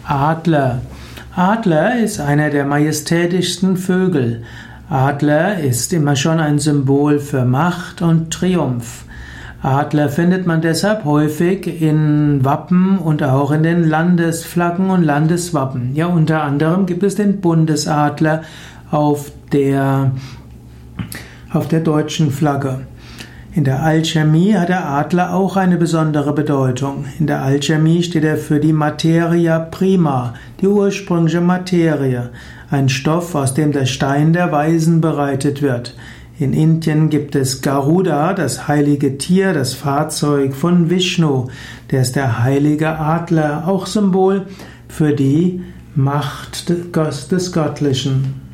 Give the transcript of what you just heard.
Adler. Adler ist einer der majestätischsten Vögel. Adler ist immer schon ein Symbol für Macht und Triumph. Adler findet man deshalb häufig in Wappen und auch in den Landesflaggen und Landeswappen. Ja, unter anderem gibt es den Bundesadler auf der deutschen Flagge. In der Alchemie hat der Adler auch eine besondere Bedeutung. In der Alchemie steht er für die Materia prima, die ursprüngliche Materie, ein Stoff, aus dem der Stein der Weisen bereitet wird. In Indien gibt es Garuda, das heilige Tier, das Fahrzeug von Vishnu. Der ist der heilige Adler, auch Symbol für die Macht des Göttlichen.